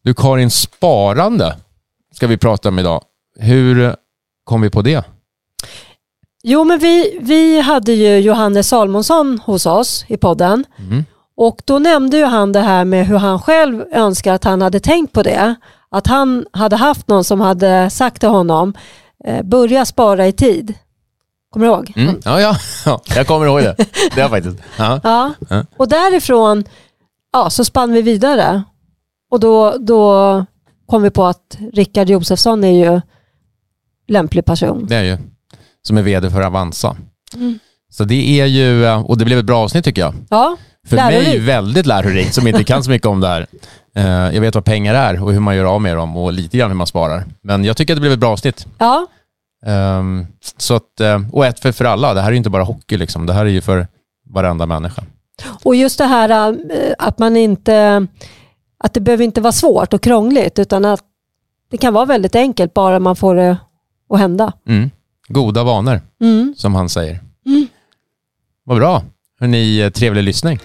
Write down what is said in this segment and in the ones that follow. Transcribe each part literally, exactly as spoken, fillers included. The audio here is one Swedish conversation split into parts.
Du Karin, sparande ska vi prata om idag. Hur kom vi på det? Jo, men vi, vi hade ju Johannes Salmonsson hos oss i podden. Mm. Och då nämnde ju han det här med hur han själv önskar att han hade tänkt på det. Att han hade haft någon som hade sagt till honom, eh, börja spara i tid. Kommer du ihåg? Mm. Ja, ja, ja, jag kommer ihåg det. Det är faktiskt. Ja. Ja. Ja. Och därifrån ja, så spann vi vidare. Och då, då kom vi på att Rickard Josefsson är ju lämplig person. Det är ju. Som är vd för Avanza. Mm. Så det är ju, och det blev ett bra avsnitt tycker jag. Ja, för lärorikt. Mig väldigt lärorikt som inte kan så mycket om det här. Uh, jag vet vad pengar är och hur man gör av med dem och lite grann hur man sparar. Men jag tycker att det blev ett bra avsnitt. Ja. Um, så att, uh, och ett för, för alla. Det här är ju inte bara hockey liksom. Det här är ju för varenda människa. Och just det här uh, att man inte, att det behöver inte vara svårt och krångligt utan att det kan vara väldigt enkelt bara man får det att hända. Mm. Goda vanor, mm. som han säger. Mm. Vad bra. Hörrni, trevlig lyssning.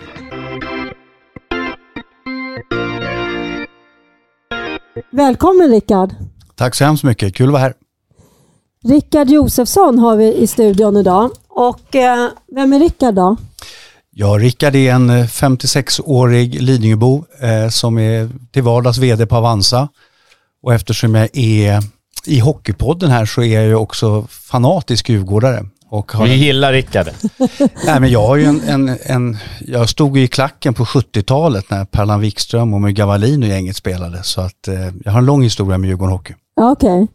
Välkommen Rickard. Tack så hemskt mycket, kul att vara här. Rickard Josefsson har vi i studion idag. Och eh, vem är Rickard då? Ja, Rickard är en femtiosex-årig Lidingöbo eh, som är till vardags vd på Avanza. Och eftersom jag är i Hockeypodden här så är jag ju också fanatisk djurgårdare. Och har Vi gillar Rickard. Nej, men jag har ju en, en, en... Jag stod i klacken på sjuttiotalet när Perlan Wikström och Mygga Wallin och gänget spelade. Så att eh, jag har en lång historia med Djurgården Hockey. Ja, okej. Okay.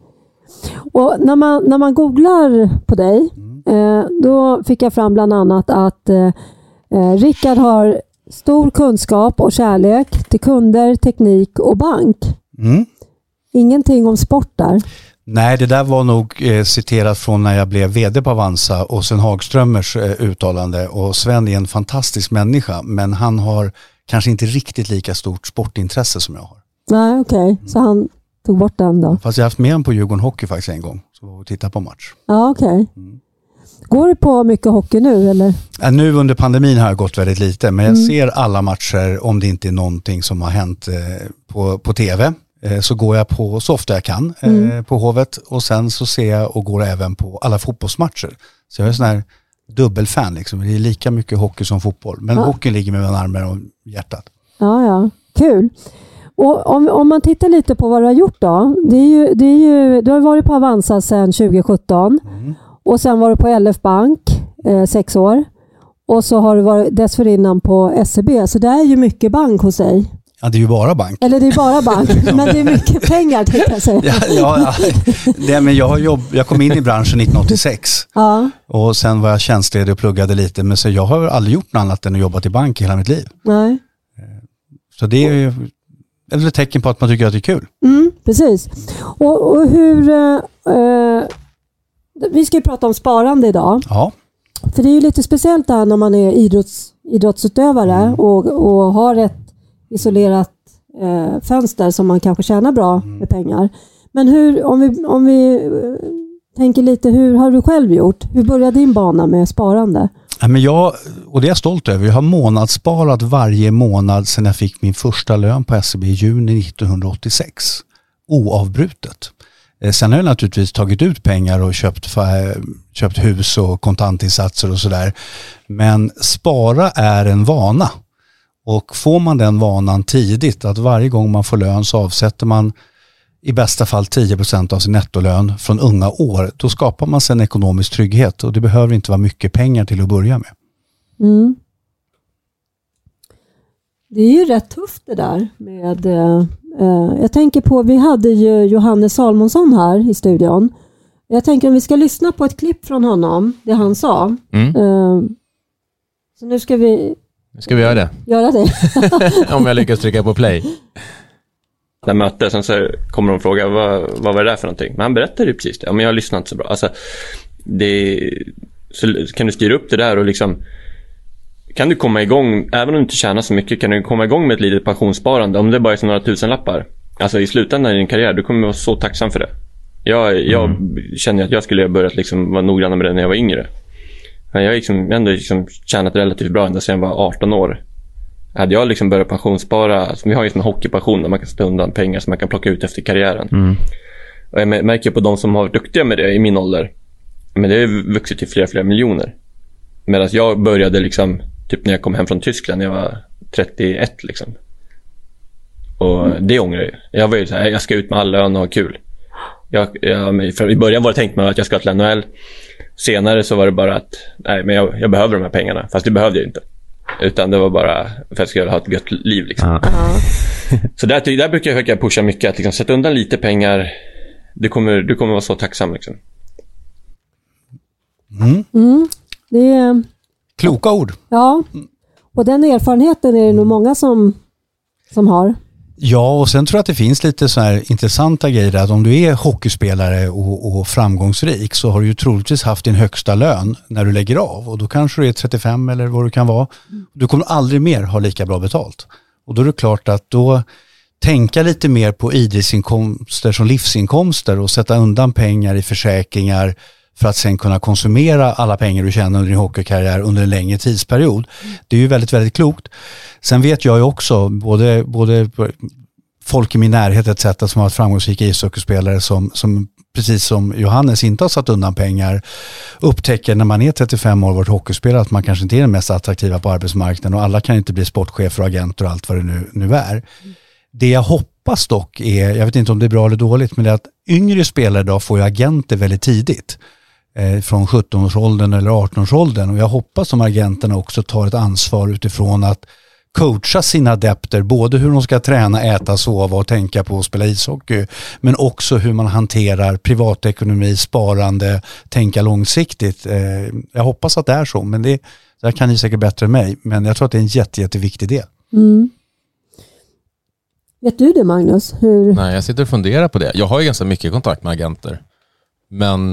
Och när man, när man googlar på dig mm. eh, då fick jag fram bland annat att eh, Rickard har stor kunskap och kärlek till kunder, teknik och bank. Mm. Ingenting om sport där. Nej, det där var nog eh, citerat från när jag blev vd på Avanza och Sven Hagströmers eh, uttalande. Och Sven är en fantastisk människa, men han har kanske inte riktigt lika stort sportintresse som jag har. Nej, okej. Okay. Mm. Så han tog bort den då? Fast jag har haft med honom på Djurgården Hockey faktiskt en gång. Så titta på match. Ja, okej. Okay. Mm. Går du på mycket hockey nu eller? Ja, nu under pandemin har jag gått väldigt lite, men jag mm. ser alla matcher om det inte är någonting som har hänt eh, på, på tv. Så går jag på så ofta jag kan mm. eh, på Hovet och sen så ser jag och går även på alla fotbollsmatcher. Så jag är sån här dubbelfan liksom. Det är lika mycket hockey som fotboll. Men ja. Hockeyn ligger mellan armarna och hjärtat. Ja, ja. Kul. Och om, om man tittar lite på vad du har gjort då. Det är ju, det är ju, du har varit på Avanza sedan tjugo sjutton. Mm. Och sen var du på L F Bank eh, sex år. Och så har du varit dessförinnan på S E B. Så det är ju mycket bank hos dig. Ja, det är ju bara bank. Eller det är bara bank, men det är mycket pengar tänkte jag säga. Ja, ja, ja. Det, men jag, jobb, jag kom in i branschen nittonhundraåttiosex ja. Och sen var jag tjänstledig och pluggade lite. Men så jag har aldrig gjort något annat än att jobba i bank i hela mitt liv. Nej. Så det är ju ett tecken på att man tycker att det är kul. Mm, precis. Och, och hur... Eh, vi ska ju prata om sparande idag. Ja. För det är ju lite speciellt där när man är idrotts, idrottsutövare mm. och, och har ett isolerat eh, fönster som man kanske tjänar bra mm. med pengar. Men hur, om vi, om vi eh, tänker lite, hur har du själv gjort? Hur började din bana med sparande? Ja, men jag, och det är jag stolt över, jag har månadssparat varje månad sedan jag fick min första lön på S E B i juni nittonhundraåttiosex. Oavbrutet. Eh, sen har jag naturligtvis tagit ut pengar och köpt, för, köpt hus och kontantinsatser och sådär. Men spara är en vana. Och får man den vanan tidigt att varje gång man får lön så avsätter man i bästa fall tio procent av sin nettolön från unga år, då skapar man sig en ekonomisk trygghet och det behöver inte vara mycket pengar till att börja med. Mm. Det är ju rätt tufft det där med, eh, jag tänker på, vi hade ju Johannes Salmonsson här i studion. Jag tänker om vi ska lyssna på ett klipp från honom, det han sa. Mm. Eh, så nu ska vi Ska vi göra det? Göra det. Om jag lyckas trycka på play. När mötet, sen så kommer de fråga vad, vad var det där för någonting? Men han berättade ju precis det. Ja, men jag har lyssnat inte så bra. Alltså, det, så kan du styra upp det där och liksom kan du komma igång, även om du inte tjänar så mycket, kan du komma igång med ett litet pensionssparande om det bara är som några tusen lappar. Alltså i slutändan i din karriär, du kommer vara så tacksam för det. Jag, jag mm. känner att jag skulle ha börjat liksom vara noggrann med det när jag var yngre. Men jag har liksom, ändå liksom tjänat relativt bra ända sedan jag var arton år. Hade jag liksom börjat pensionsspara, alltså vi har ju en hockeypension där man kan sätta undan pengar som man kan plocka ut efter karriären. Mm. Och jag märker på de som har varit duktiga med det i min ålder, men det har vuxit till flera, flera miljoner. Medan jag började liksom, typ när jag kom hem från Tyskland, jag var trettioett liksom. Och mm. det ångrar jag. Jag var ju så här, jag ska ut med all lön och ha kul. Jag, jag, för I början var det tänkt mig att jag ska till N H L. Senare så var det bara att nej, men jag, jag behöver de här pengarna. Fast det behövde jag inte. Utan det var bara för att jag skulle ha ett gött liv liksom. Uh-huh. Så där, där brukar jag försöka pusha mycket. Att liksom sätta undan lite pengar. Du kommer, du kommer vara så tacksam liksom. Mm. Mm, det är... Kloka ord. Ja, och den erfarenheten är det nog många som, som har. Ja, och sen tror jag att det finns lite så här intressanta grejer att om du är hockeyspelare och, och framgångsrik så har du ju troligtvis haft din högsta lön när du lägger av och då kanske du är trettiofem eller vad du kan vara. Du kommer aldrig mer ha lika bra betalt. Och då är det klart att då tänka lite mer på idrottsinkomster som livsinkomster och sätta undan pengar i försäkringar för att sen kunna konsumera alla pengar du tjänar under din hockeykarriär under en längre tidsperiod. Det är ju väldigt, väldigt klokt. Sen vet jag ju också, både, både folk i min närhet et cetera som har varit framgångsrika ishockeyspelare som, som precis som Johannes inte har satt undan pengar, upptäcker när man är trettiofem år och varit hockeyspelare att man kanske inte är den mest attraktiva på arbetsmarknaden och alla kan inte bli sportchefer och agenter och allt vad det nu, nu är. Det jag hoppas dock är, jag vet inte om det är bra eller dåligt, men det är att yngre spelare idag får ju agenter väldigt tidigt. Från sjutton-årsåldern eller arton-årsåldern och jag hoppas att agenterna också tar ett ansvar utifrån att coacha sina adepter, både hur de ska träna, äta, sova och tänka på att spela ishockey, men också hur man hanterar privatekonomi, sparande, tänka långsiktigt. Jag hoppas att det är så, men det, det kan ni säkert bättre än mig, men jag tror att det är en jätte, jätteviktig del. Mm. Vet du det, Magnus? Hur... Nej, jag sitter och funderar på det. Jag har ju ganska mycket kontakt med agenter, men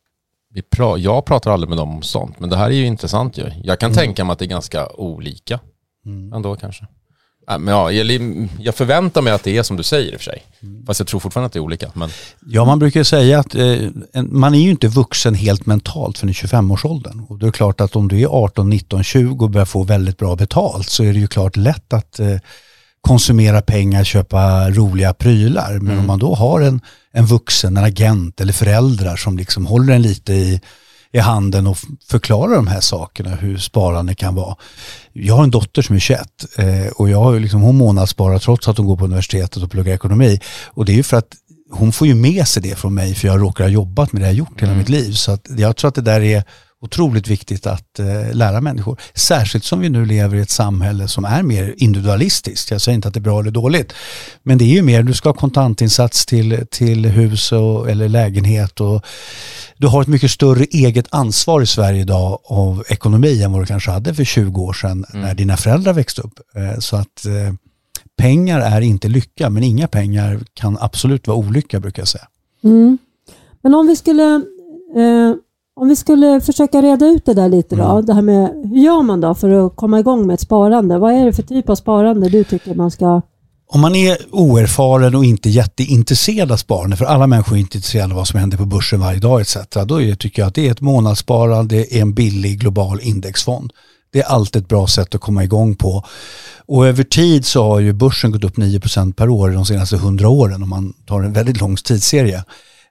Vi pra- jag pratar aldrig med dem om sånt, men det här är ju intressant ju. Jag kan mm. tänka mig att det är ganska olika mm. ändå kanske. Äh, men ja, jag, jag förväntar mig att det är som du säger i och för sig. Mm. Fast jag tror fortfarande att det är olika. Men... Ja, man brukar säga att eh, man är ju inte vuxen helt mentalt för den tjugofem-årsåldern. Och det är klart att om du är arton, nitton, tjugo och börjar få väldigt bra betalt så är det ju klart lätt att eh, konsumera pengar, köpa roliga prylar. Men mm. om man då har en, en vuxen, en agent eller föräldrar som liksom håller en lite i, i handen och förklarar de här sakerna, hur sparande kan vara. Jag har en dotter som är tjugoett eh, och jag har liksom, hon månadssparar trots att hon går på universitetet och pluggar ekonomi. Och det är ju för att hon får ju med sig det från mig för jag råkar ha jobbat med det jag gjort hela mm. mitt liv. Så att jag tror att det där är otroligt viktigt att eh, lära människor. Särskilt som vi nu lever i ett samhälle som är mer individualistiskt. Jag säger inte att det är bra eller dåligt. Men det är ju mer, du ska ha kontantinsats till, till hus och, eller lägenhet. Och du har ett mycket större eget ansvar i Sverige idag av ekonomi än vad du kanske hade för tjugo år sedan mm. när dina föräldrar växte upp. Eh, så att eh, pengar är inte lycka, men inga pengar kan absolut vara olycka, brukar jag säga. Mm. Men om vi skulle... Eh... Om vi skulle försöka reda ut det där lite då, mm. det här med hur gör man då för att komma igång med ett sparande? Vad är det för typ av sparande du tycker man ska... Om man är oerfaren och inte jätteintresserad av sparande, för alla människor är inte intresserade av vad som händer på börsen varje dag et cetera. Då är, tycker jag att det är ett månadssparande, det är en billig global indexfond. Det är alltid ett bra sätt att komma igång på. Och över tid så har ju börsen gått upp nio procent per år de senaste hundra åren om man tar en väldigt lång tidsserie.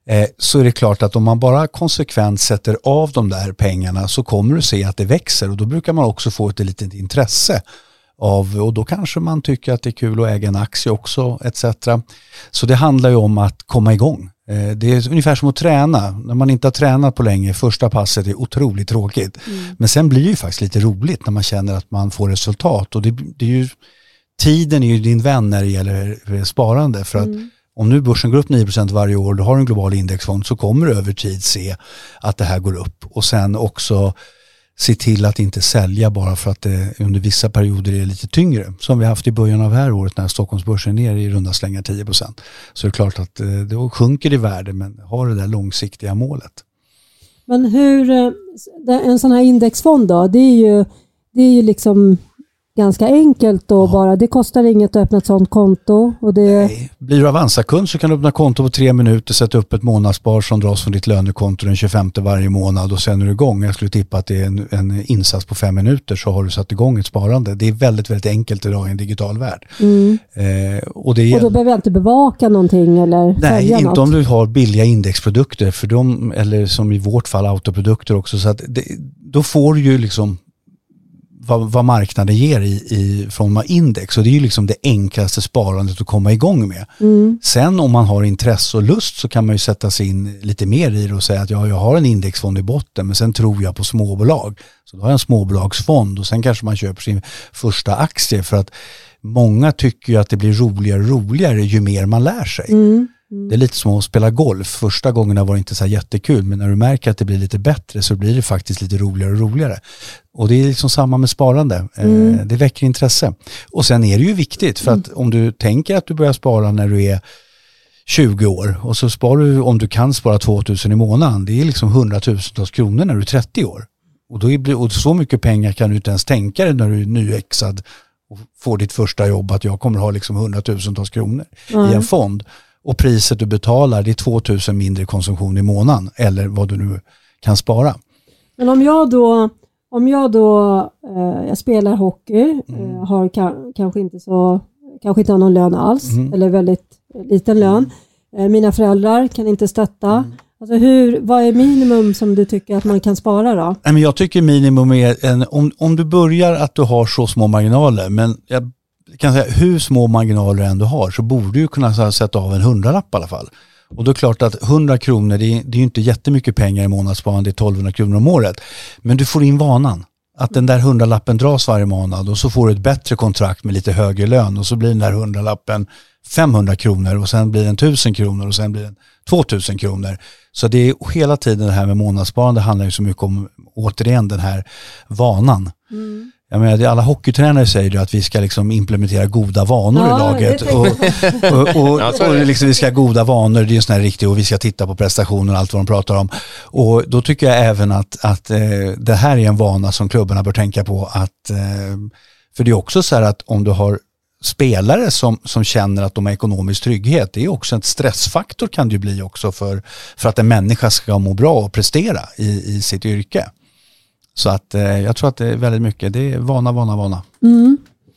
Så är det klart att om man bara konsekvent sätter av de där pengarna så kommer du se att det växer och då brukar man också få ett litet intresse av, och då kanske man tycker att det är kul att äga en aktie också et cetera. Så det handlar ju om att komma igång. Det är ungefär som att träna. När man inte har tränat på länge, första passet är otroligt tråkigt. Mm. Men sen blir det ju faktiskt lite roligt när man känner att man får resultat och det, det är ju, tiden är ju din vän när det gäller sparande för att mm. om nu börsen går upp nio procent varje år, du har en global indexfond så kommer du över tid se att det här går upp. Och sen också se till att inte sälja bara för att det under vissa perioder är lite tyngre. Som vi haft i början av här året när Stockholmsbörsen är ner i runda slängar tio procent. Så det är klart att det sjunker i värde men har det där långsiktiga målet. Men hur, en sån här indexfond då, det är ju, det är ju liksom ganska enkelt då ja. bara. Det kostar inget att öppna ett sånt konto. Och det... Nej. Blir du Avanza-kund så kan du öppna konto på tre minuter, sätta upp ett månadsspar som dras från ditt lönekonto den tjugofemte varje månad och sen är du igång. Jag skulle tippa att det är en, en insats på fem minuter så har du satt igång ett sparande. Det är väldigt, väldigt enkelt idag i en digital värld. Mm. Eh, och, det är... och då behöver jag inte bevaka någonting eller Nej, inte något. om du har billiga indexprodukter för dem, eller som i vårt fall autoprodukter också. Så att det, då får du ju liksom Vad, vad marknaden ger i, i från index, och det är ju liksom det enklaste sparandet att komma igång med. Mm. Sen om man har intresse och lust så kan man ju sätta sig in lite mer i det och säga att ja, jag har en indexfond i botten men sen tror jag på småbolag. Så då har jag en småbolagsfond och sen kanske man köper sin första aktie, för att många tycker ju att det blir roligare och roligare ju mer man lär sig. Mm. Mm. Det är lite som att spela golf. Första gångerna var det inte så jättekul, men när du märker att det blir lite bättre så blir det faktiskt lite roligare och roligare. Och det är liksom samma med sparande. Mm. Eh, det väcker intresse. Och sen är det ju viktigt, för att om du tänker att du börjar spara när du är tjugo år och så sparar du, om du kan spara tvåtusen i månaden, det är liksom hundratusentals kronor när du är trettio år. Och, då är, och så mycket pengar kan du inte ens tänka dig när du är nyexad och får ditt första jobb, att jag kommer ha liksom hundratusentals kronor mm. i en fond. Och priset du betalar, det är tvåtusen mindre konsumtion i månaden eller vad du nu kan spara. Men om jag då, om jag då eh, jag spelar hockey, mm. eh, har ka- kanske inte så kanske inte har någon lön alls mm. eller väldigt liten lön. Eh, mina föräldrar kan inte stötta. Mm. Alltså hur, vad är minimum som du tycker att man kan spara då? Nej, men jag tycker minimum är en, om, om du börjar att du har så små marginaler, men jag kan säga hur små marginaler än du har så borde du kunna sätta av en hundralapp i alla fall. Och då är det klart att hundra kronor, det är, det är ju inte jättemycket pengar i månadssparande, det är tolvhundra kronor om året. Men du får in vanan. Att den där hundralappen dras varje månad och så får du ett bättre kontrakt med lite högre lön och så blir den där hundralappen femhundra kronor och sen blir den tusen kronor och sen blir den tvåtusen kronor. Så det är hela tiden det här med månadssparande handlar ju så mycket om återigen den här vanan. Mm. Jag menar, alla hockeytränare säger ju att vi ska liksom implementera goda vanor ja, i laget och, och, och, och, och liksom vi ska ha goda vanor, det är ju sån här riktigt, och vi ska titta på prestationer och allt vad de pratar om. Och då tycker jag även att, att eh, det här är en vana som klubbarna bör tänka på, att eh, för det är också så här att om du har spelare som, som känner att de har ekonomisk trygghet, det är också en stressfaktor kan det ju bli också för, för att en människa ska må bra och prestera i, i sitt yrke. Så att eh, jag tror att det är väldigt mycket. Det är vana, vana, vana. Mm.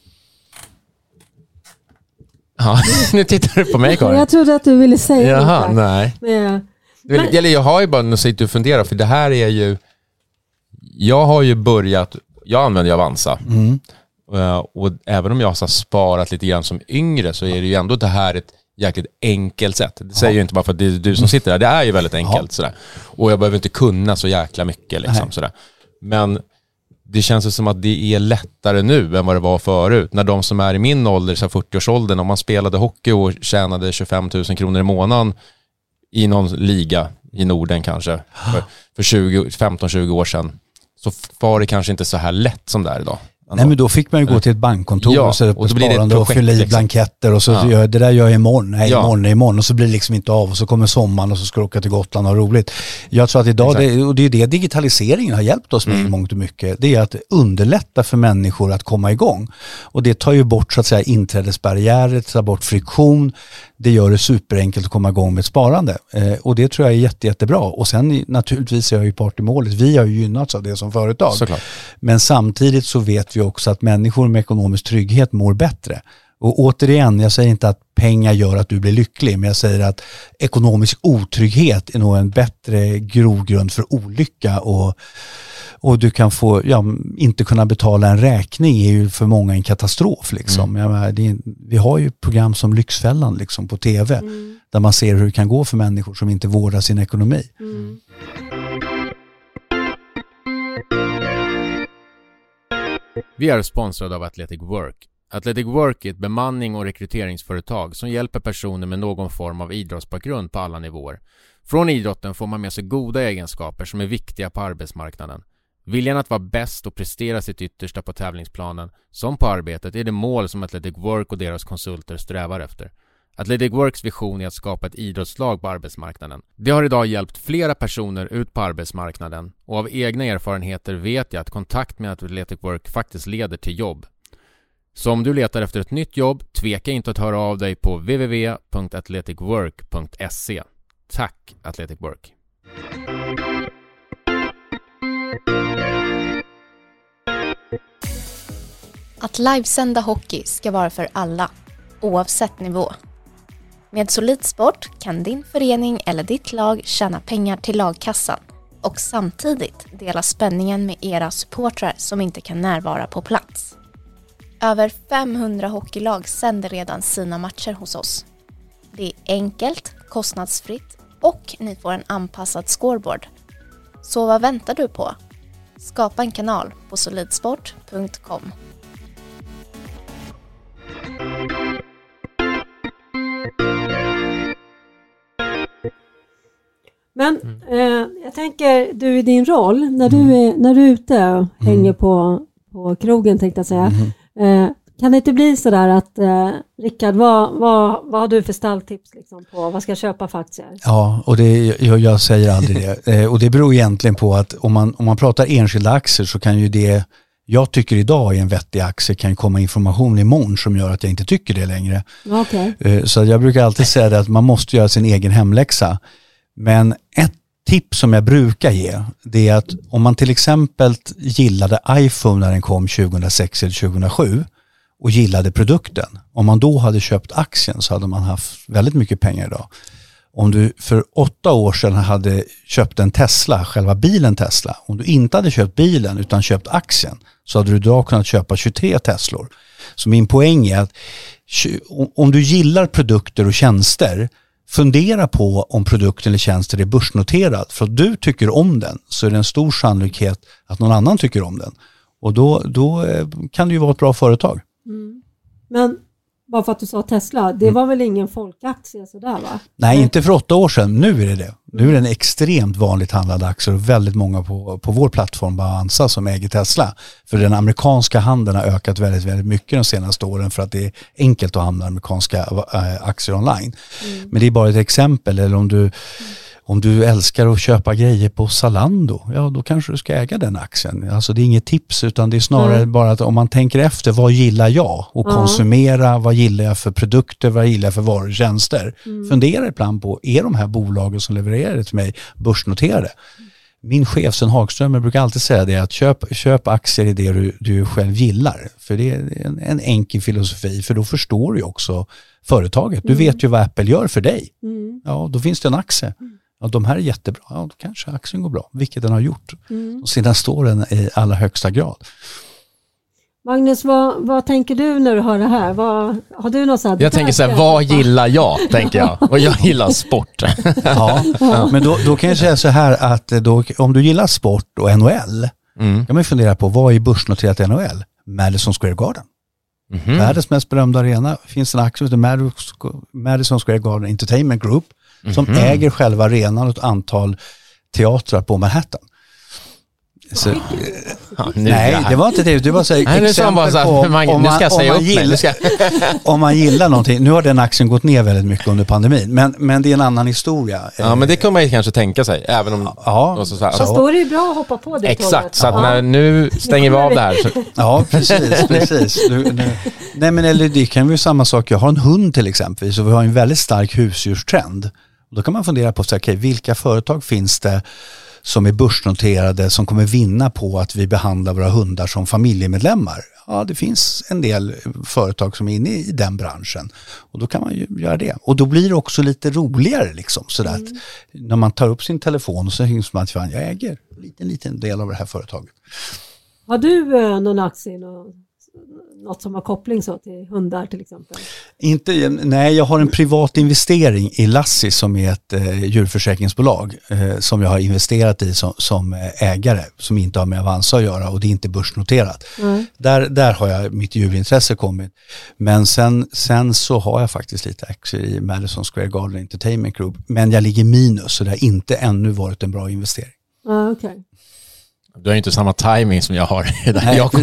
Ja, nu tittar du på mig, Karin. Jag trodde att du ville säga Jaha, det. nej. Men, men... Eller jag har ju bara nu sitter och funderar, för det här är ju... Jag har ju börjat... Jag använder ju Avanza. Mm. Och, och även om jag har sparat lite grann som yngre så är det ju ändå det här ett jäkligt enkelt sätt. Det säger ja. ju inte bara för att det är du som sitter där. Det är ju väldigt enkelt. Ja. Sådär. Och jag behöver inte kunna så jäkla mycket. Liksom, sådär. Men det känns ju som att det är lättare nu än vad det var förut. När de som är i min ålder, så fyrtio-årsåldern, om man spelade hockey och tjänade tjugofem tusen kronor i månaden i någon liga i Norden kanske för, för femton tjugo år sedan, så var det kanske inte så här lätt som det är idag. Nej, men då fick man ju gå till ett bankkontor ja, och sätta upp och så sparande blir det och fylla i liksom. blanketter och så ja. gör, det där gör jag imorgon, nej ja. imorgon, imorgon och så blir det liksom inte av och så kommer sommaren och så ska du åka till Gotland och ha roligt. Jag tror att idag, det, och det är det digitaliseringen har hjälpt oss med mm. i mångt och mycket, det är att underlätta för människor att komma igång. Och det tar ju bort så att säga inträdesbarriärer, tar bort friktion, det gör det superenkelt att komma igång med ett sparande. Eh, och det tror jag är jätte, jättebra. Och sen naturligtvis är jag ju part i målet. Vi har ju gynnats av det som företag. Såklart. Men samtidigt så vet vi också att människor med ekonomisk trygghet mår bättre. Och återigen, jag säger inte att pengar gör att du blir lycklig, men jag säger att ekonomisk otrygghet är nog en bättre grogrund för olycka, och, och du kan få, ja, inte kunna betala en räkning är ju för många en katastrof liksom. Mm. Jag menar, det är, vi har ju program som Lyxfällan liksom på tv mm. där man ser hur det kan gå för människor som inte vårdar sin ekonomi. Mm. Vi är sponsrade av Athletic Work. Athletic Work är ett bemanning- och rekryteringsföretag som hjälper personer med någon form av idrottsbakgrund på alla nivåer. Från idrotten får man med sig goda egenskaper som är viktiga på arbetsmarknaden. Viljan att vara bäst och prestera sitt yttersta på tävlingsplanen som på arbetet är det mål som Athletic Work och deras konsulter strävar efter. Athletic Works vision är att skapa ett idrottslag på arbetsmarknaden. Det har idag hjälpt flera personer ut på arbetsmarknaden, och av egna erfarenheter vet jag att kontakt med Athletic Work faktiskt leder till jobb. Så om du letar efter ett nytt jobb, tveka inte att höra av dig på w w w punkt athletic work punkt se. Tack Athletic Work! Att livesända hockey ska vara för alla, oavsett nivå. Med Solid Sport kan din förening eller ditt lag tjäna pengar till lagkassan och samtidigt dela spänningen med era supportrar som inte kan närvara på plats. Över femhundra hockeylag sänder redan sina matcher hos oss. Det är enkelt, kostnadsfritt och ni får en anpassad scoreboard. Så vad väntar du på? Skapa en kanal på solidsport punkt com. Men eh, jag tänker, du i din roll, när du är, när du är ute och mm. hänger på, på krogen tänkte jag säga, mm. eh, kan det inte bli sådär att eh, Rickard, vad, vad, vad har du för stalltips liksom på vad ska jag köpa för aktier? Ja, och det, jag, jag säger aldrig det. eh, och det beror egentligen på att om man, om man pratar enskilda aktier så kan ju det jag tycker idag är en vettig aktie kan komma information imorgon som gör att jag inte tycker det längre. Okay. Så jag brukar alltid säga det att man måste göra sin egen hemläxa. Men ett tips som jag brukar ge det är att om man till exempel gillade iPhone när den kom tjugohundrasex eller tjugohundrasju och gillade produkten. Om man då hade köpt aktien så hade man haft väldigt mycket pengar idag. Om du för åtta år sedan hade köpt en Tesla, själva bilen Tesla, om du inte hade köpt bilen utan köpt aktien så hade du idag kunnat köpa tjugotre Teslor. Så min poäng är att om du gillar produkter och tjänster, fundera på om produkten eller tjänster är börsnoterad. För att du tycker om den så är det en stor sannolikhet att någon annan tycker om den. Och då, då kan det ju vara ett bra företag. Mm. Men bara för att du sa Tesla, det var väl ingen folkaktie sådär va? Nej, inte för åtta år sedan. Nu är det det. Nu är det en extremt vanligt handlad aktie och väldigt många på, på vår plattform, Avanza, som äger Tesla. För den amerikanska handeln har ökat väldigt, väldigt mycket de senaste åren för att det är enkelt att handla amerikanska äh, aktier online. Mm. Men det är bara ett exempel. Eller om du, mm. om du älskar att köpa grejer på Zalando, ja då kanske du ska äga den aktien. Alltså det är inget tips utan det är snarare mm. bara att om man tänker efter, vad gillar jag? Och mm. konsumera, vad gillar jag för produkter, vad gillar jag för varor och tjänster? Mm. Fundera ibland på, är de här bolagen som levererar det till mig börsnoterade? Min chef Sven Hagström brukar alltid säga det att köp, köp aktier i det du, du själv gillar. För det är en, en enkel filosofi, för då förstår du också företaget. Du mm. vet ju vad Apple gör för dig. Mm. Ja, då finns det en aktie. Mm. Ja, de här är jättebra. Ja, då kanske aktien går bra. Vilket den har gjort. Mm. De senaste åren i allra högsta grad. Magnus, vad, vad tänker du när du hör det här? Vad, har du något så här? Jag tänker så här, vad gillar jag, tänker jag. Och jag gillar sport. Ja, ja. Men då, då kan jag säga så här att då, om du gillar sport och N H L mm. kan man fundera på, vad är börsnoterat N H L? Madison Square Garden. Mm-hmm. Världens mest berömda arena finns en aktie som heter Madison Square Garden Entertainment Group som mm-hmm. äger själva arenan och ett antal teatrar på Manhattan. Så, ja, nej, det var inte det. Det var så nej, exempel på om man, om man, om man, gillar, ska... om man gillar någonting. Nu har den aktien gått ner väldigt mycket under pandemin. Men, men det är en annan historia. Ja, men det kan man ju kanske tänka sig. Även om, ja, så, så, här, så då är det ju bra att hoppa på det. Exakt, tålet. Så att när, nu stänger vi av det här. Så... Ja, precis. precis. Du, nu, nej, men eller det kan ju samma sak. Jag har en hund till exempel. Så vi har en väldigt stark husdjurstrend. Då kan man fundera på så här, okay, vilka företag finns det som är börsnoterade som kommer vinna på att vi behandlar våra hundar som familjemedlemmar. Ja, det finns en del företag som är inne i den branschen och då kan man ju göra det. Och då blir det också lite roligare liksom, sådär mm. att när man tar upp sin telefon så syns man att jag äger en liten, liten del av det här företaget. Har du eh, någon aktie i något som har koppling så till hundar till exempel? Inte, nej, jag har en privat investering i Lassi som är ett eh, djurförsäkringsbolag eh, som jag har investerat i som, som ägare som inte har med Avanza att göra och det är inte börsnoterat. Mm. Där, där har jag mitt djurintresse kommit. Men sen, sen så har jag faktiskt lite aktier i Madison Square Garden Entertainment Group men jag ligger minus så det har inte ännu varit en bra investering. Ah, okej. Okay. Du har ju inte samma timing som jag har. Nej, jag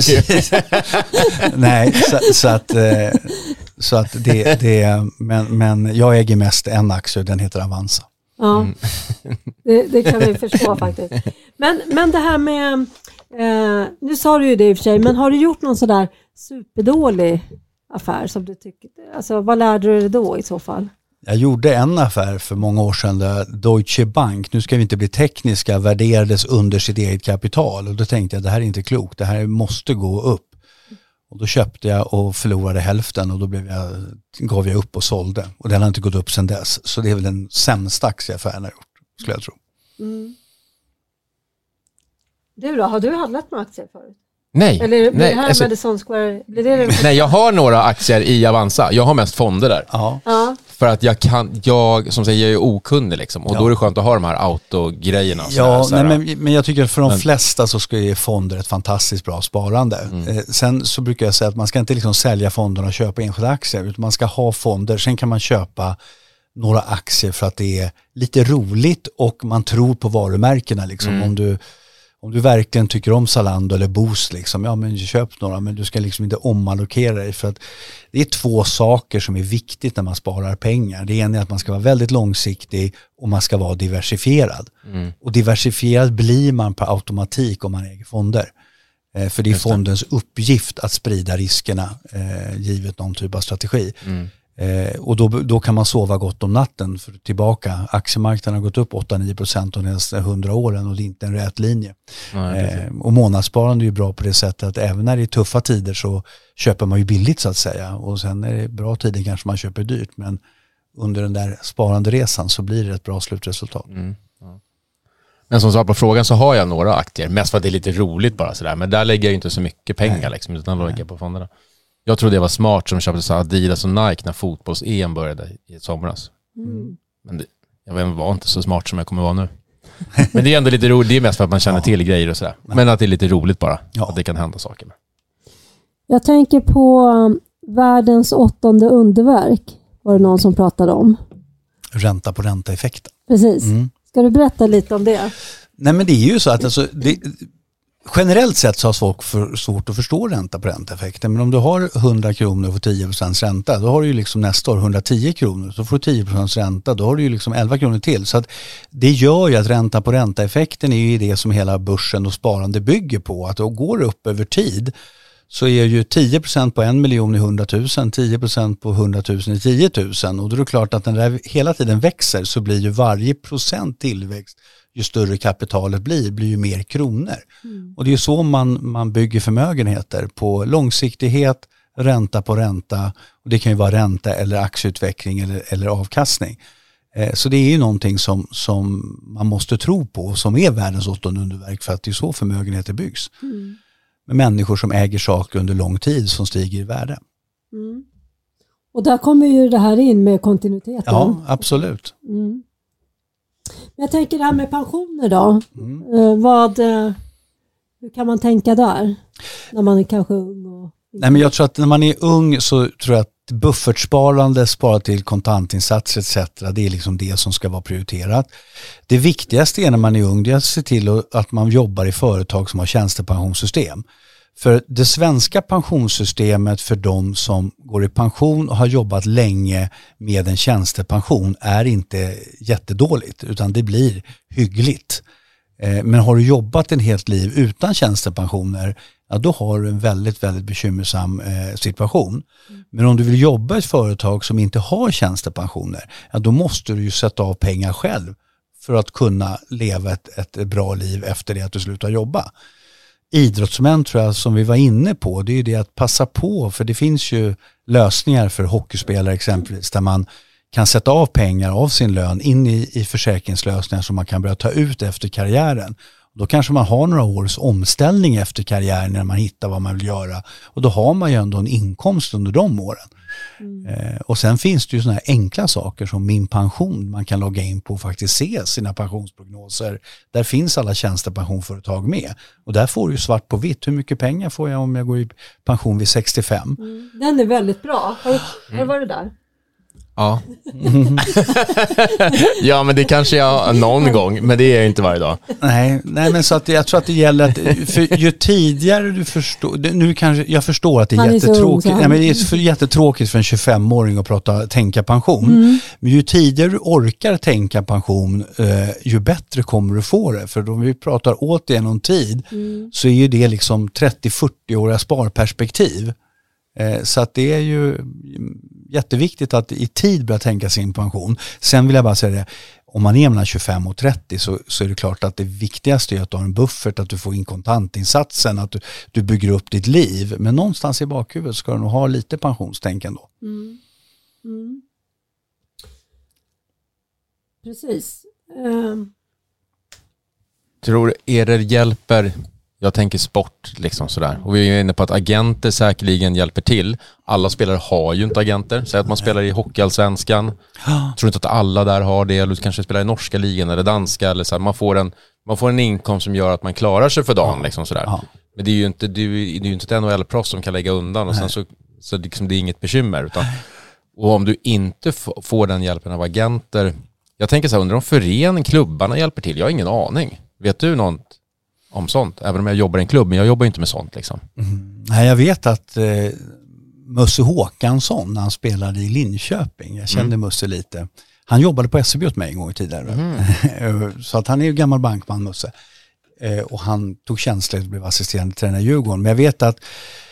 Nej så, så att, så att det, det men, men jag äger mest en aktie, den heter Avanza. Ja, mm. det, det kan vi förstå faktiskt. Men, men det här med Eh, nu sa du ju det i och för sig, men har du gjort någon sådär superdålig affär som du tycker? Alltså vad lärde du dig då i så fall? Jag gjorde en affär för många år sedan där Deutsche Bank, nu ska vi inte bli tekniska, värderades under sitt eget kapital. Och då tänkte jag att det här är inte klokt, det här måste gå upp. Och då köpte jag och förlorade hälften och då blev jag, gav jag upp och sålde. Och den har inte gått upp sedan dess. Så det är väl den sämsta aktieaffären jag gjort, skulle jag tro. Mm. Du då, har du handlat med aktier förut? Nej. Eller blir nej, det här alltså, Madison Square? Blir det det? nej, jag har några aktier i Avanza. Jag har mest fonder där. Ja. Ja. För att jag kan, jag som säger, jag är okunnig liksom. Och Ja. då är det skönt att ha de här autogrejerna. och Ja, sådär, nej, sådär. men, men jag tycker att för de Men- flesta så ska ju fonder ett fantastiskt bra sparande. Mm. Eh, sen så brukar jag säga att man ska inte liksom sälja fonderna och köpa enskilda aktier, utan man ska ha fonder. Sen kan man köpa några aktier för att det är lite roligt och man tror på varumärkena. Liksom. Mm. Om du Om du verkligen tycker om Zalando eller Boost, liksom, ja men köp några, men du ska liksom inte omallokera dig, för att det är två saker som är viktigt när man sparar pengar. Det ena är att man ska vara väldigt långsiktig och man ska vara diversifierad. Mm. Och diversifierad blir man på automatik om man äger fonder. Eh, för det är Just det. fondens uppgift att sprida riskerna eh, givet någon typ av strategi. Mm. Eh, och då, då kan man sova gott om natten, för tillbaka. Aktiemarknaden har gått upp åtta till nio procent de nästa hundra åren och det är inte en rät linje. Nej, precis. Eh, och månadssparande är ju bra på det sättet att även när det är tuffa tider så köper man ju billigt så att säga. Och sen är det bra tider kanske man köper dyrt, men under den där sparanderesan så blir det ett bra slutresultat. Mm. Ja. Men som svar på frågan så har jag några aktier. Mest för att det är lite roligt bara sådär. Men där lägger jag ju inte så mycket pengar liksom, utan då lägger jag på fonderna. Jag tror det var smart som köpte så Adidas och Nike när fotbolls-E M började i somras. Mm. Men det, jag vet, var inte så smart som jag kommer vara nu. Men det är ändå lite roligt. Det är mest för att man känner Ja. till grejer och sådär. Men att det är lite roligt bara. Ja. Att det kan hända saker med. Jag tänker på um, världens åttonde underverk, var det någon som pratade om. Ränta på ränta-effekten. Precis. Mm. Ska du berätta lite om det? Nej, men det är ju så att alltså, det, generellt sett så har folk för svårt att förstå ränta på ränta-effekten. Men om du har hundra kronor och får tio procent ränta, då har du ju liksom nästa år hundratio kronor. Så får du tio procent ränta, då har du ju liksom elva kronor till. Så att det gör ju att ränta på ränta-effekten är ju det som hela börsen och sparande bygger på. Att då går det upp över tid, så är ju tio procent på en miljon i hundratusen, tio procent på hundratusen i tiotusen. Och då är det klart att när det hela tiden växer så blir ju varje procent tillväxt, ju större kapitalet blir, blir ju mer kronor. Mm. Och det är ju så man, man bygger förmögenheter, på långsiktighet, ränta på ränta. Och det kan ju vara ränta eller aktieutveckling eller, eller avkastning. Eh, så det är ju någonting som, som man måste tro på, som är världens åttonde underverk, för att det är så förmögenheter byggs. Mm. Med människor som äger saker under lång tid som stiger i värde. Mm. Och där kommer ju det här in med kontinuiteten. Ja, absolut. Mm. Jag tänker det här med pensioner då. Mm. Eh, vad, eh, hur kan man tänka där? När man är kanske ung och... Nej, men jag tror att när man är ung så tror jag att buffertsparande, spara till kontantinsatser et cetera. Det är liksom det som ska vara prioriterat. Det viktigaste är när man är ung, det är att se till att man jobbar i företag som har tjänstepensionssystem. För det svenska pensionssystemet för de som går i pension och har jobbat länge med en tjänstepension är inte jättedåligt, utan det blir hyggligt. Men har du jobbat en helt liv utan tjänstepensioner, ja, då har du en väldigt, väldigt bekymmersam eh, situation. Mm. Men om du vill jobba i ett företag som inte har tjänstepensioner, ja, då måste du ju sätta av pengar själv för att kunna leva ett, ett bra liv efter det att du slutar jobba. Idrottsmän tror jag, som vi var inne på, det är ju det att passa på, för det finns ju lösningar för hockeyspelare exempelvis, där man kan sätta av pengar av sin lön in i, i försäkringslösningar som man kan börja ta ut efter karriären. Då kanske man har några års omställning efter karriären när man hittar vad man vill göra. Och då har man ju ändå en inkomst under de åren. Mm. Eh, och sen finns det ju såna här enkla saker som Min pension. Man kan logga in på och faktiskt se sina pensionsprognoser. Där finns alla tjänstepensionföretag med. Och där får du ju svart på vitt. Hur mycket pengar får jag om jag går i pension vid sextiofem? Mm. Den är väldigt bra. Har du, har du varit där? Ja. Ja, men det kanske jag någon gång, men det är inte varje dag. Nej, nej men så att jag tror att det gäller att för ju tidigare du förstår, nu kanske jag förstår att det är, är jättetråkigt. Nej, men det är för jättetråkigt för en tjugofemåring att prata tänka pension. Mm. Men ju tidigare du orkar tänka pension, eh, ju bättre kommer du få det. För om vi pratar återigen om tid, mm. så är ju det liksom trettio-fyrtio-åriga sparperspektiv. Eh, så att det är ju jätteviktigt att i tid börja tänka sin pension. Sen vill jag bara säga det, om man är mellan tjugofem och trettio så, så är det klart att det viktigaste är att du har en buffert, att du får in kontantinsatsen, att du, du bygger upp ditt liv. Men någonstans i bakhuvudet ska du nog ha lite pensionstänk då. Mm. Mm. Precis. Um. Tror er det hjälper... Jag tänker sport liksom sådär. Och vi är inne på att agenter säkerligen hjälper till. Alla spelare har ju inte agenter. Säg att man spelar i hockeyallsvenskan. Jag tror inte att alla där har det. Eller kanske spelar i norska ligan eller danska. Eller så här. Man, får en, man får en inkomst som gör att man klarar sig för dagen. Liksom sådär. Men det är ju inte, det är ju, det är ju inte ett N H L-proffs som kan lägga undan. Och sen så, så liksom, det är inget bekymmer. Utan, och om du inte f- får den hjälpen av agenter. Jag tänker så här, undrar om föreningen, klubbarna hjälper till. Jag har ingen aning. Vet du något om sånt, även om jag jobbar i en klubb, men jag jobbar inte med sånt liksom. Mm. Nej, jag vet att eh, Musse Håkansson, när han spelade i Linköping, jag kände mm. Musse lite, han jobbade på S C B åt mig en gång tidigare. Mm. Så att han är ju gammal bankman, Musse. Eh, och han tog tjänstledigt och blev assisterande tränare i Djurgården. Men jag vet att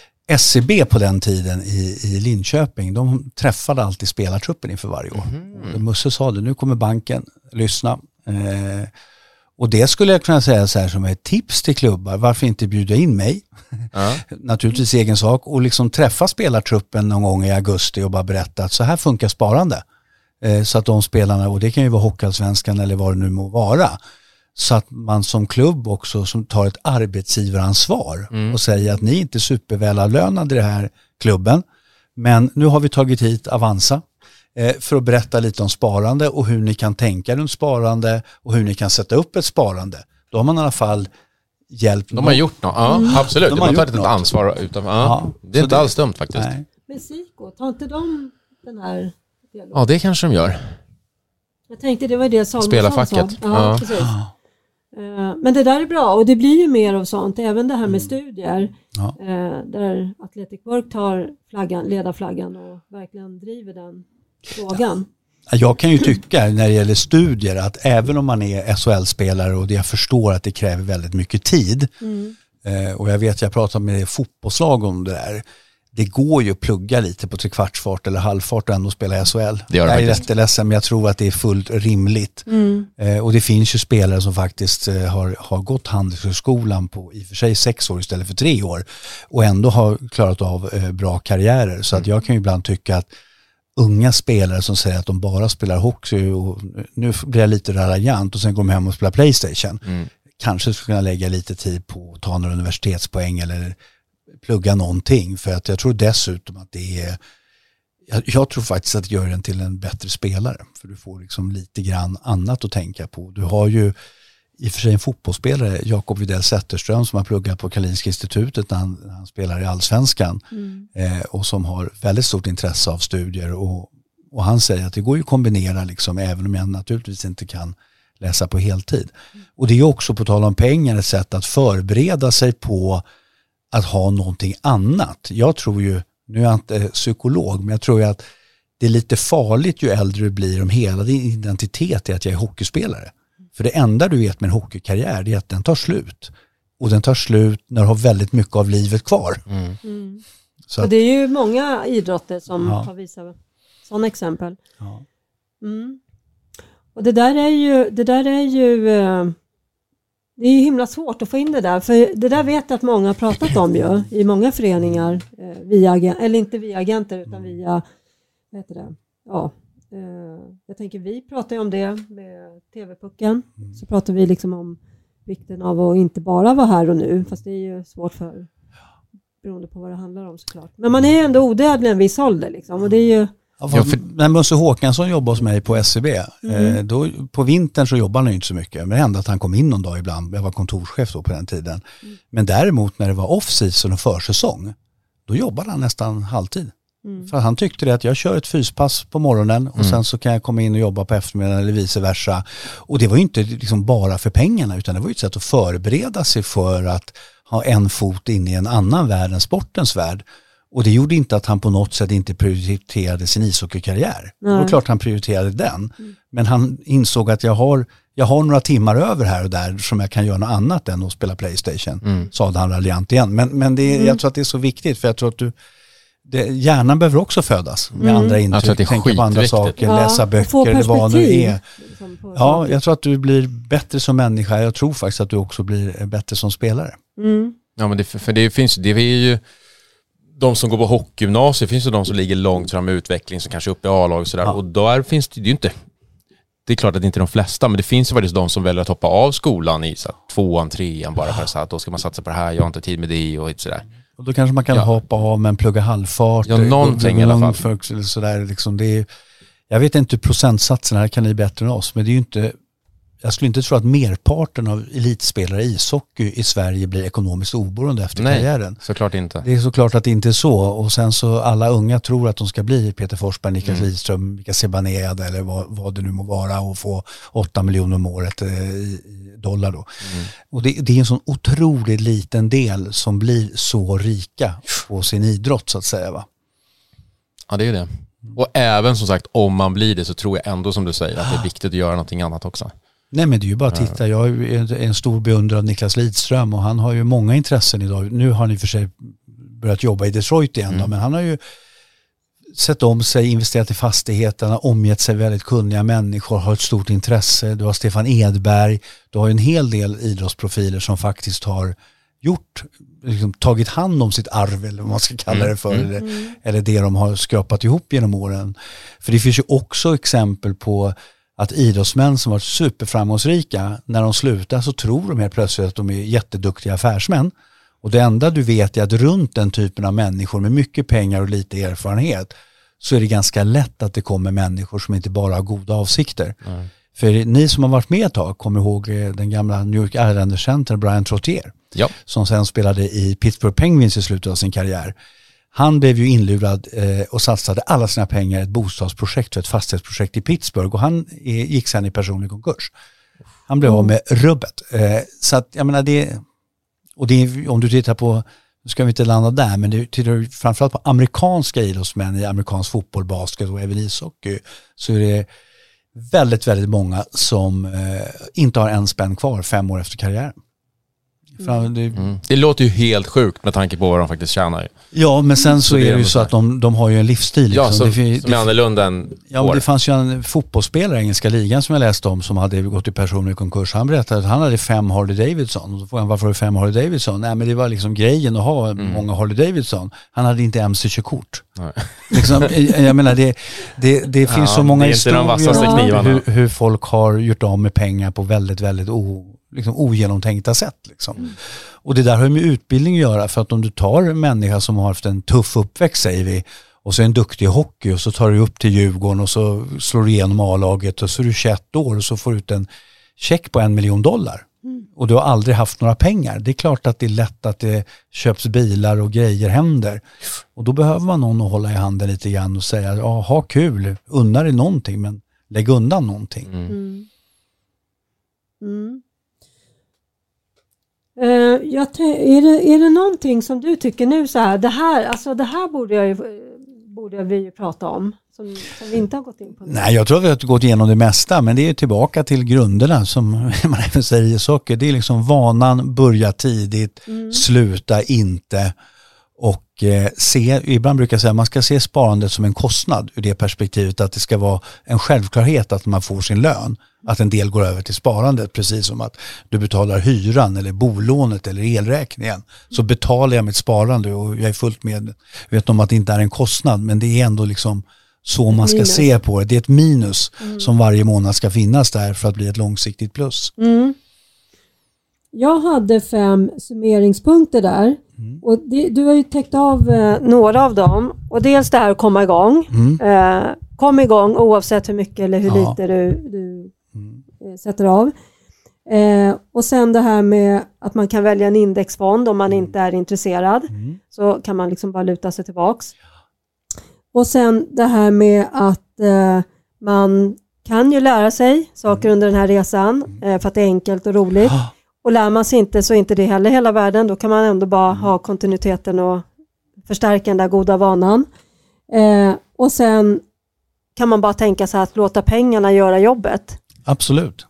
S C B på den tiden i, i Linköping, de träffade alltid spelartruppen inför varje år. Mm. Och Musse sa det, nu kommer banken, lyssna. Eh, Och det skulle jag kunna säga så här som ett tips till klubbar. Varför inte bjuda in mig? Ja. Naturligtvis egen sak. Och liksom träffa spelartruppen någon gång i augusti och bara berätta att så här funkar sparande. Eh, så att de spelarna, och det kan ju vara hockeyallsvenskan eller vad det nu må vara. Så att man som klubb också som tar ett arbetsgivaransvar mm. och säger att ni är inte supervälavlönade i den här klubben. Men nu har vi tagit hit Avanza för att berätta lite om sparande och hur ni kan tänka runt sparande och hur ni kan sätta upp ett sparande. Då har man i alla fall hjälpt. De har gjort något, ja, mm. absolut. De, de har, har tagit ett ansvar utan, ja, ja, det är inte det, alls dumt faktiskt. Nej. Men Siko, tar inte de den här dialogen? Ja, det kanske de gör. Jag tänkte det var det som Spelarfacket. Ja, ja. Precis. Ja. Men det där är bra och det blir ju mer av sånt, även det här med studier ja. Där Athletic Work tar flaggan, ledarflaggan och verkligen driver den frågan. Jag kan ju tycka när det gäller studier att även om man är S H L-spelare och det jag förstår att det kräver väldigt mycket tid mm. och jag vet jag pratar med fotbollslag om det där. Det går ju att plugga lite på trekvartsfart eller halvfart och ändå spela S H L. Det jag är jätteledsen men jag tror att det är fullt rimligt. Mm. Och det finns ju spelare som faktiskt har, har gått handelshögskolan på i och för sig sex år istället för tre år och ändå har klarat av bra karriärer. Så att jag kan ju ibland tycka att unga spelare som säger att de bara spelar hockey och nu blir jag lite raljant och sen går de hem och spelar PlayStation. Mm. Kanske skulle kunna lägga lite tid på att ta några universitetspoäng eller plugga någonting för att jag tror dessutom att det är jag, jag tror faktiskt att det gör den till en bättre spelare för du får liksom lite grann annat att tänka på. Du har ju i och för sig en fotbollsspelare, Jakob Widell Zetterström som har pluggat på Karolinska institutet när han, när han spelar i Allsvenskan mm. eh, och som har väldigt stort intresse av studier och, och han säger att det går ju att kombinera liksom, även om jag naturligtvis inte kan läsa på heltid. Mm. Och det är också på tal om pengar ett sätt att förbereda sig på att ha någonting annat. Jag tror ju, nu är jag inte psykolog, men jag tror ju att det är lite farligt ju äldre du blir om hela din identitet är att jag är hockeyspelare. För det enda du vet med en hockeykarriär är att den tar slut. Och den tar slut när du har väldigt mycket av livet kvar. Mm. Mm. Så att, och det är ju många idrotter som ja. har visat sådana exempel. Ja. Mm. Och det där är ju, det där är ju det är ju himla svårt att få in det där. För det där vet jag att många har pratat om ju, i många föreningar. Via, eller inte via agenter utan via, vad heter det? Ja. Jag tänker vi pratar ju om det med T V-pucken mm. så pratar vi liksom om vikten av att inte bara vara här och nu fast det är ju svårt för beroende på vad det handlar om såklart. Men man är ju ändå odödlig en viss ålder liksom och det är ju ja, för, när Musse Håkansson jobbade hos mig på S C B mm. eh, då, på vintern så jobbade han ju inte så mycket men det hände att han kom in någon dag ibland, jag var kontorschef då på den tiden mm. men däremot när det var off-season och försäsong då jobbade han nästan halvtid. Mm. För han tyckte det att jag kör ett fyspass på morgonen och mm. sen så kan jag komma in och jobba på eftermiddagen eller vice versa. Och det var ju inte liksom bara för pengarna, utan det var ju ett sätt att förbereda sig för att ha en fot in i en annan värld än sportens värld. Och det gjorde inte att han på något sätt inte prioriterade sin ishockeykarriär. Nej. Det var klart han prioriterade den. Mm. Men han insåg att jag har, jag har några timmar över här och där som jag kan göra något annat än att spela PlayStation. Mm. Sa han raljant igen. Men, men det, mm. jag tror att det är så viktigt, för jag tror att du, det, hjärnan behöver också födas med mm. andra intryck. Tänka på andra saker, ja, läsa böcker eller vad nu är. Ja, jag tror att du blir bättre som människa. Jag tror faktiskt att du också blir bättre som spelare. Mm. Ja, men det, för det finns, det är ju de som går på hockeygymnasiet, finns det de som ligger långt fram i utveckling, som kanske är uppe i A-lag och sådär. Ja. Och där finns det ju inte, det är klart att det inte är de flesta, men det finns ju faktiskt de som väljer att hoppa av skolan i så här, tvåan, trean bara för att, så här, att då ska man satsa på det här, jag har inte tid med det och sådär. Och då kanske man kan ja. hoppa av men plugga halvfart. Ja, någonting i alla fall. För, så där, liksom, det är, jag vet inte hur procentsatserna här kan ni bättre än oss, men det är ju inte, jag skulle inte tro att merparten av elitspelare i ishockey i Sverige blir ekonomiskt oberoende efter Nej, karriären. Såklart inte. Det är såklart att det inte är så. Och sen så alla unga tror att de ska bli Peter Forsberg, Niklas mm. Lidström, Mika Zibanejad eller vad, vad det nu må vara, och få åtta miljoner om året eh, i dollar då. Mm. Och det, det är en sån otroligt liten del som blir så rika på sin idrott så att säga, va? Ja, det är det. Och även som sagt, om man blir det så tror jag ändå som du säger att det är viktigt att göra någonting annat också. Nej, men det är ju bara att titta. Jag är en stor beundrare av Niklas Lidström och han har ju många intressen idag. Nu har han i och för sig börjat jobba i Detroit igen mm. då, men han har ju sett om sig, investerat i fastigheterna, omgett sig väldigt kunniga människor, har ett stort intresse. Du har Stefan Edberg, du har en hel del idrottsprofiler som faktiskt har gjort, liksom, tagit hand om sitt arv eller vad man ska kalla det för, mm. eller, eller det de har skrapat ihop genom åren. För det finns ju också exempel på att idrottsmän som varit superframgångsrika, när de slutar så tror de helt plötsligt att de är jätteduktiga affärsmän. Och det enda du vet är att runt den typen av människor med mycket pengar och lite erfarenhet så är det ganska lätt att det kommer människor som inte bara har goda avsikter. Mm. För ni som har varit med ett tag kommer ihåg den gamla New York Islanders-centern Brian Trottier, ja. som sen spelade i Pittsburgh Penguins i slutet av sin karriär. Han blev ju inlurad eh, och satsade alla sina pengar i ett bostadsprojekt för ett fastighetsprojekt i Pittsburgh, och han eh, gick sen i personlig konkurs. Han blev av med rubbet. Eh, så att jag menar det, och det är, om du tittar på, nu ska vi inte landa där, men du tittar framförallt på amerikanska idrottsmän i amerikansk fotboll, basket och även ishockey, så är det väldigt, väldigt många som eh, inte har en spänn kvar fem år efter karriären. Mm. Det, mm. det låter ju helt sjukt med tanke på vad de faktiskt tjänar. Ja, men sen så, så är det ju så att de, de har ju en livsstil. Ja, liksom. så, det, som är annorlunda än ja, men det fanns ju en fotbollsspelare i engelska ligan som jag läste om som hade gått i personlig konkurs. Han berättade att han hade fem Harley Davidson. Och då frågade han, varför har du fem Harley Davidson? Nej, men det var liksom grejen att ha mm. många Harley Davidson. Han hade inte M C-körkort. Liksom, jag menar, det, det, det finns ja, så många historier om hur, hur folk har gjort av med pengar på väldigt, väldigt o liksom ogenomtänkta sätt. Liksom. Mm. Och det där har ju med utbildning att göra, för att om du tar en människa som har haft en tuff uppväxt, säger vi, och så är en duktig hockey och så tar du upp till Djurgården och så slår du igenom A-laget och så är du tjugoett år och så får du ut en check på en miljon dollar. Mm. Och du har aldrig haft några pengar. Det är klart att det är lätt att det köps bilar och grejer händer. Och då behöver man någon att hålla i handen lite grann och säga, ja, ha kul, unna dig någonting, men lägg undan någonting. Mm. Mm. Mm. Uh, jag t- är, det, är det någonting som du tycker nu så här, det här, alltså det här borde, jag ju, borde vi ju prata om som, som vi inte har gått in på nu? Nej, jag tror att vi har gått igenom det mesta, men det är tillbaka till grunderna som man även säger i socker. Det är liksom vanan, börja tidigt, mm. sluta inte, och eh, se, ibland brukar jag säga att man ska se sparandet som en kostnad ur det perspektivet att det ska vara en självklarhet att man får sin lön. Att en del går över till sparandet, precis som att du betalar hyran eller bolånet eller elräkningen. Så betalar jag mitt sparande, och jag är fullt med, vet om att det inte är en kostnad, men det är ändå liksom så man ska minus. se på det. Det är ett minus mm. som varje månad ska finnas där för att bli ett långsiktigt plus. Mm. Jag hade fem summeringspunkter där. Mm. Och det, du har ju täckt av eh, några av dem. Och dels det här att komma igång. Mm. Eh, kom igång oavsett hur mycket eller hur ja. lite du, du mm. eh, sätter av. Eh, och sen det här med att man kan välja en indexfond om man inte är intresserad. Mm. Så kan man liksom bara luta sig tillbaks. Och sen det här med att eh, man kan ju lära sig saker under den här resan eh, för att det är enkelt och roligt. Och lär man sig inte så är inte det heller hela världen. Då kan man ändå bara ha kontinuiteten och förstärka den där goda vanan. Eh, och sen kan man bara tänka sig att låta pengarna göra jobbet. Absolut.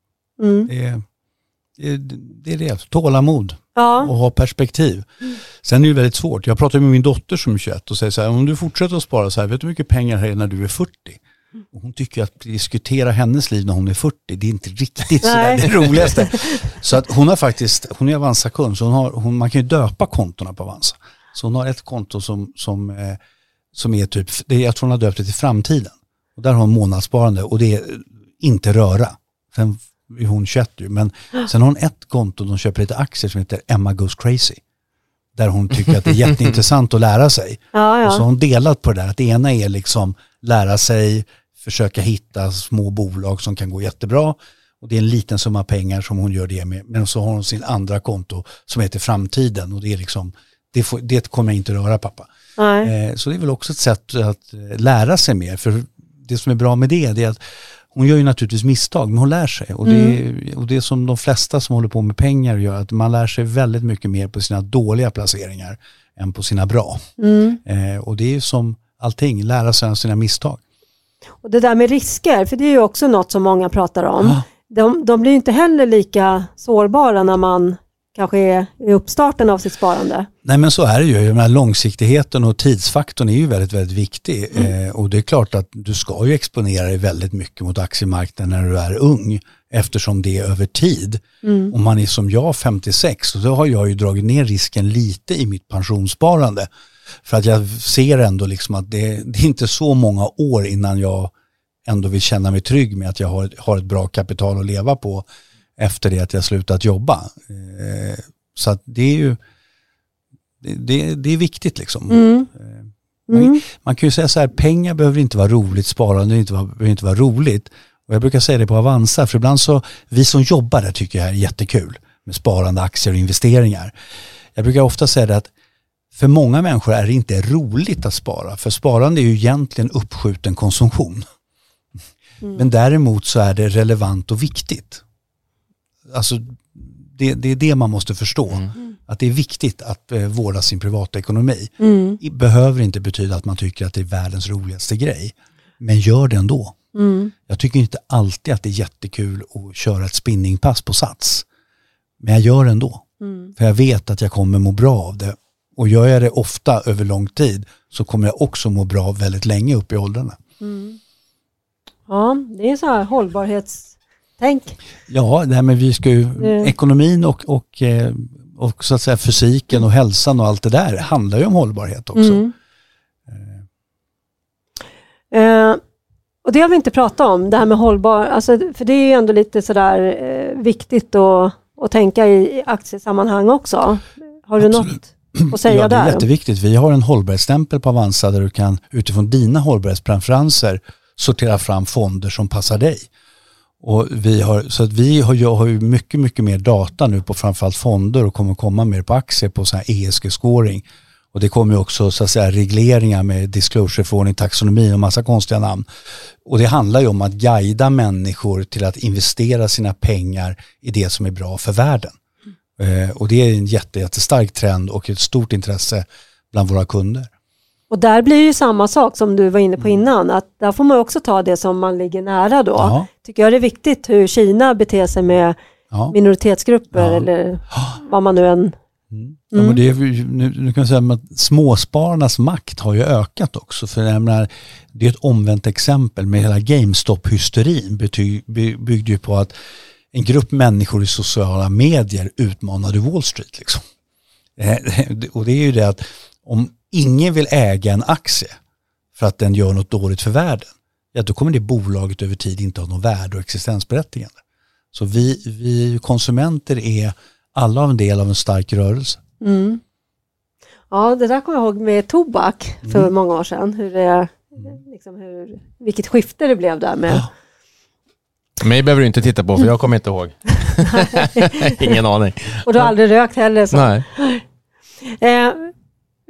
Mm. Det, är, det, det är det. Tålamod Ja. och ha perspektiv. Mm. Sen är det väldigt svårt. Jag pratar med min dotter som är tjugoett och säger så här, om du fortsätter att spara så här, vet du hur mycket pengar här är när du är fyrtio? Och hon tycker att diskutera hennes liv när hon är fyrtio, det är inte riktigt så där, det roligaste. Så att hon har faktiskt, hon är Avanza-kund, så hon har, hon, man kan ju döpa kontona på Avanza. Så hon har ett konto som, som, eh, som är typ, det är, jag tror hon har döpt det till framtiden. Och där har hon månadssparande och det är inte röra. Sen är hon tjugoett ju, men sen har hon ett konto, de köper lite aktier som heter Emma Goes Crazy. Där hon tycker att det är jätteintressant att lära sig. Ja, ja. Och så har hon delat på det där, att det ena är liksom lära sig, försöka hitta små bolag som kan gå jättebra. Och det är en liten summa pengar som hon gör det med. Men så har hon sin andra konto som heter framtiden. Och det är liksom, det, får, det kommer jag inte röra, pappa. Eh, så det är väl också ett sätt att lära sig mer. För det som är bra med det, det är att hon gör ju naturligtvis misstag, men hon lär sig. Och det, är, och det är som de flesta som håller på med pengar gör, att man lär sig väldigt mycket mer på sina dåliga placeringar än på sina bra. Mm. Eh, och det är ju som allting, lära sig av sina misstag. Och det där med risker, för det är ju också något som många pratar om. Ja. De, de blir ju inte heller lika sårbara när man kanske är i uppstarten av sitt sparande. Nej, men så är det ju. Den här långsiktigheten och tidsfaktorn är ju väldigt, väldigt viktig. Mm. Eh, och det är klart att du ska ju exponera dig väldigt mycket mot aktiemarknaden när du är ung. Eftersom det är över tid. Mm. Om man är som jag, femtiosex, så då har jag ju dragit ner risken lite i mitt pensionssparande. För att jag ser ändå liksom att det, det är inte så många år innan jag ändå vill känna mig trygg med att jag har, har ett bra kapital att leva på efter det att jag slutat jobba. Eh, så att det är ju det, det, det är viktigt liksom. Mm. Man, mm. man kan ju säga så här, pengar behöver inte vara roligt, sparande inte vara, behöver inte vara roligt. Och jag brukar säga det på Avanza, för ibland så, vi som jobbar där tycker jag är jättekul med sparande, aktier och investeringar. Jag brukar ofta säga det att för många människor är det inte roligt att spara. För sparande är ju egentligen uppskjuten konsumtion. Mm. Men däremot så är det relevant och viktigt. Alltså det, det är det man måste förstå. Mm. Att det är viktigt att eh, vårda sin privatekonomi. Mm. Det behöver inte betyda att man tycker att det är världens roligaste grej. Men gör det ändå. Mm. Jag tycker inte alltid att det är jättekul att köra ett spinningpass på Sats. Men jag gör det ändå. Mm. För jag vet att jag kommer må bra av det. Och gör jag det ofta över lång tid så kommer jag också må bra väldigt länge upp i åldrarna. Mm. Ja, det är så här hållbarhetstänk. Ja, det här med vi ska ju, mm. ekonomin och, och, och så att säga fysiken och hälsan och allt det där handlar ju om hållbarhet också. Mm. Uh, och det har vi inte pratat om, det här med hållbar, alltså, för det är ju ändå lite sådär uh, viktigt att, att tänka i aktiesammanhang också. Har du Absolut. något? Och säga ja, det är där. jätteviktigt. Vi har en hållbarhetsstämpel på Avanza där du kan utifrån dina hållbarhetspreferenser sortera fram fonder som passar dig. Och vi har, så att vi har, jag har ju mycket, mycket mer data nu på framförallt fonder och kommer komma mer på aktier på så här E S G-scoring. Och det kommer också så att säga regleringar med disclosure-förordning, taxonomi och massa konstiga namn. Och det handlar ju om att guida människor till att investera sina pengar i det som är bra för världen. Eh, och det är en jätte, jättestark trend och ett stort intresse bland våra kunder. Och där blir ju samma sak som du var inne på innan, att där får man också ta det som man ligger nära då. Ja. Tycker jag det är viktigt hur Kina beter sig med ja. minoritetsgrupper ja. eller vad man nu än... Mm. Ja, men det är, nu, nu kan jag säga att småspararnas makt har ju ökat också. För jag menar, det är ett omvänt exempel med hela GameStop-hysterin bety, by, byggde ju på att en grupp människor i sociala medier utmanade Wall Street. Liksom. Och det är ju det att om ingen vill äga en aktie för att den gör något dåligt för världen, ja, då kommer det bolaget över tid inte ha någon värde och existensberättigande. Så vi, vi konsumenter är alla av en del av en stark rörelse. Mm. Ja, det där kommer jag ihåg med tobak för mm. många år sedan. Hur det, liksom hur, vilket skifte det blev där med... Ja. Mig behöver du inte titta på för jag kommer inte ihåg. Ingen aning. Och du har aldrig rökt heller. Så. Nej. Eh,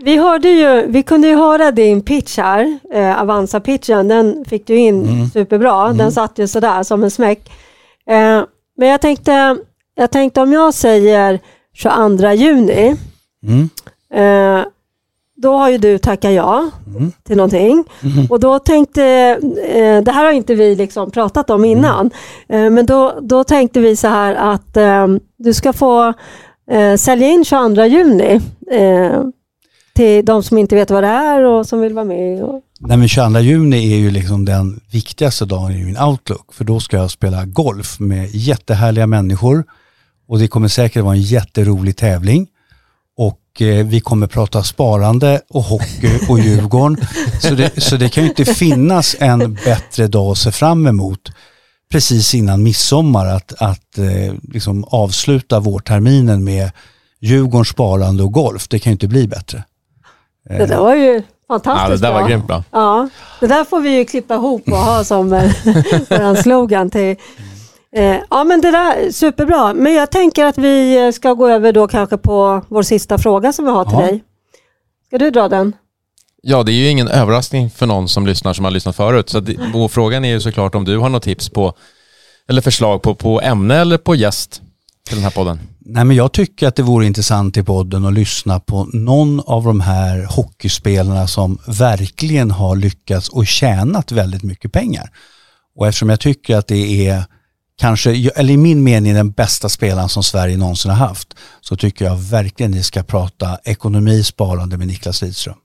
Vi hörde ju, vi kunde ju höra din pitch här, eh, Avanza-pitchen, den fick du in mm. superbra. Mm. Den satt ju sådär som en smäck. Eh, men jag tänkte, jag tänkte om jag säger tjugoandra juni, mm. eh, då har ju du tackat ja mm. till någonting. Mm. Och då tänkte, eh, det här har inte vi liksom pratat om innan, mm. eh, men då, då tänkte vi så här att eh, du ska få eh, sälja in tjugoandra juni eh, till de som inte vet vad det är och som vill vara med. Och... Nej, men tjugoandra juni är ju liksom den viktigaste dagen i min Outlook, för då ska jag spela golf med jättehärliga människor och det kommer säkert vara en jätterolig tävling. Och eh, vi kommer prata sparande och hockey och Djurgården. så, det, så det kan ju inte finnas en bättre dag att se fram emot precis innan midsommar att, att eh, liksom avsluta vårterminen med Djurgården, sparande och golf. Det kan ju inte bli bättre. Det där var ju fantastiskt. Ja, det där var grymt bra. Ja, det där får vi ju klippa ihop och ha som vår slogan till. Eh, ja, men det där superbra. Men jag tänker att vi ska gå över då kanske på vår sista fråga som vi har till ja. dig. Ska du dra den? Ja, det är ju ingen överraskning för någon som lyssnar som har lyssnat förut. Så det, och frågan är ju såklart om du har något tips på eller förslag på, på ämne eller på gäst till den här podden. Nej, men jag tycker att det vore intressant i podden att lyssna på någon av de här hockeyspelarna som verkligen har lyckats och tjänat väldigt mycket pengar. Och eftersom jag tycker att det är kanske, eller i min mening den bästa spelaren som Sverige någonsin har haft, så tycker jag verkligen ni ska prata ekonomi, sparande med Niklas Lidström.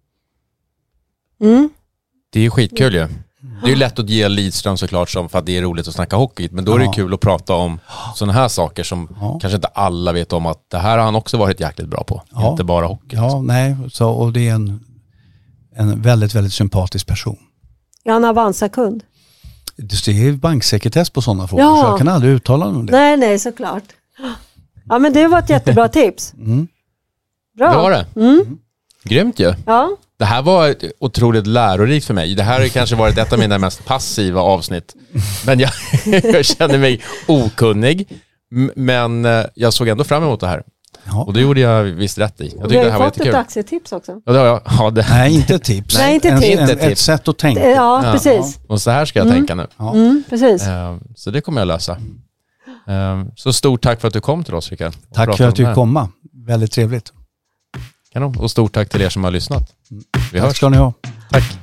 Mm. Det är ju skitkul ju. Det är ju lätt att ge Lidström såklart som för att det är roligt att snacka hockey, men då är det ja. kul att prata om sådana här saker som ja. kanske inte alla vet om, att det här har han också varit jäkligt bra på. Ja. Inte bara hockey. Ja, liksom. nej. Så, och det är en, en väldigt, väldigt sympatisk person. Är han Avanza-kund? Det är banksekretess på sådana frågor, ja. så jag kan aldrig uttala mig om det. Nej, nej, såklart. Ja, men det var ett jättebra tips. Mm. Bra. Det var det. Mm. Grymt ju. Ja. Det här var otroligt lärorikt för mig. Det här har kanske varit ett av mina mest passiva avsnitt. Men jag, jag känner mig okunnig. Men jag såg ändå fram emot det här. Ja. Och det gjorde jag visst rätt i. Jag du har det här ju fått ett aktietips också. Ja, det har jag. Ja, det... Nej, inte ett tips. Nej, inte en, tips. En, ett sätt att tänka. Ja, ja. precis. Och så här ska jag mm. tänka nu. Ja. Mm, precis. Så det kommer jag lösa. Så stort tack för att du kom till oss, Rickard. Tack för att du kom. Väldigt trevligt. Kanon. Och stort tack till er som har lyssnat. Vi hörs. Tack ska ni ha. Tack.